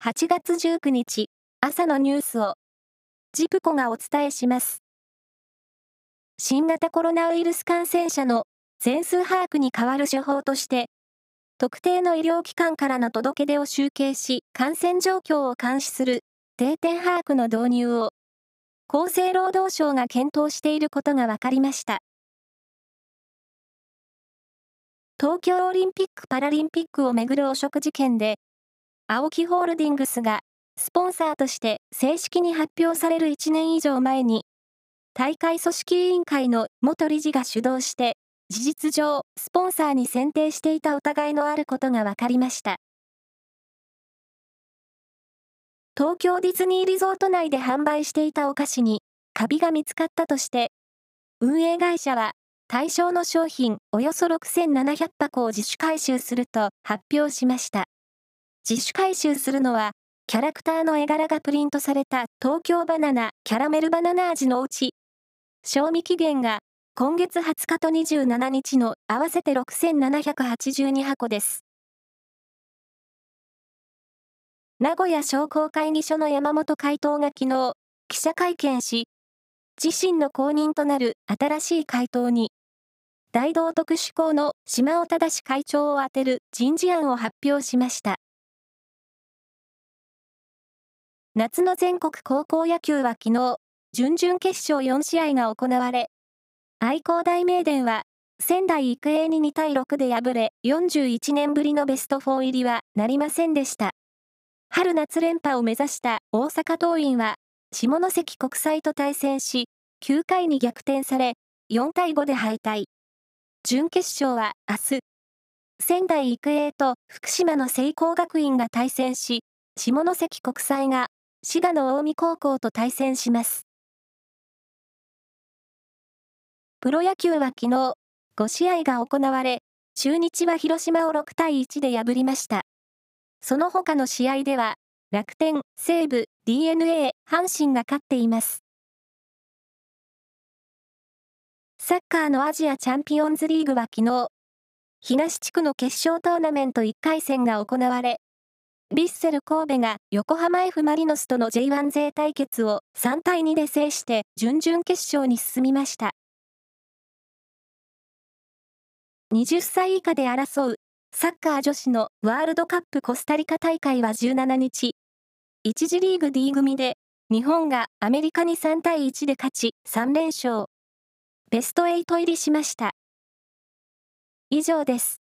8月19日、朝のニュースを、ジプコがお伝えします。新型コロナウイルス感染者の全数把握に代わる手法として、特定の医療機関からの届け出を集計し、感染状況を監視する定点把握の導入を、厚生労働省が検討していることが分かりました。東京オリンピック・パラリンピックをめぐる汚職事件で、ＡＯＫＩホールディングスがスポンサーとして正式に発表される1年以上前に、大会組織委員会の元理事が主導して、事実上、スポンサーに選定していた疑いのあることが分かりました。東京ディズニーリゾート内で販売していたお菓子に、カビが見つかったとして、運営会社は、対象の商品およそ6700箱を自主回収すると発表しました。自主回収するのは、キャラクターの絵柄がプリントされた東京バナナキャラメルバナナ味のうち、賞味期限が今月20日と27日の合わせて6782箱です。名古屋商工会議所の山本会頭が昨日、記者会見し、自身の後任となる新しい会頭に、大同特殊高の島尾忠会長を充てる人事案を発表しました。夏の全国高校野球は昨日、準々決勝4試合が行われ、愛工大名電は仙台育英に2対6で敗れ、41年ぶりのベスト4入りはなりませんでした。春夏連覇を目指した大阪桐蔭は、下関国際と対戦し、9回に逆転され、4対5で敗退。準決勝は明日、仙台育英と福島の聖光学院が対戦し、下関国際が滋賀の近江高校と対戦します。プロ野球は昨日、5試合が行われ、中日は広島を6対1で破りました。その他の試合では、楽天、西武、DNA、阪神が勝っています。サッカーのアジアチャンピオンズリーグは昨日、東地区の決勝トーナメント1回戦が行われ、ヴィッセル神戸が横浜 F マリノスとの J1 勢対決を3対2で制して準々決勝に進みました。20歳以下で争うサッカー女子のワールドカップコスタリカ大会は17日、1次リーグ D 組で日本がアメリカに3対1で勝ち3連勝。ベスト8入りしました。以上です。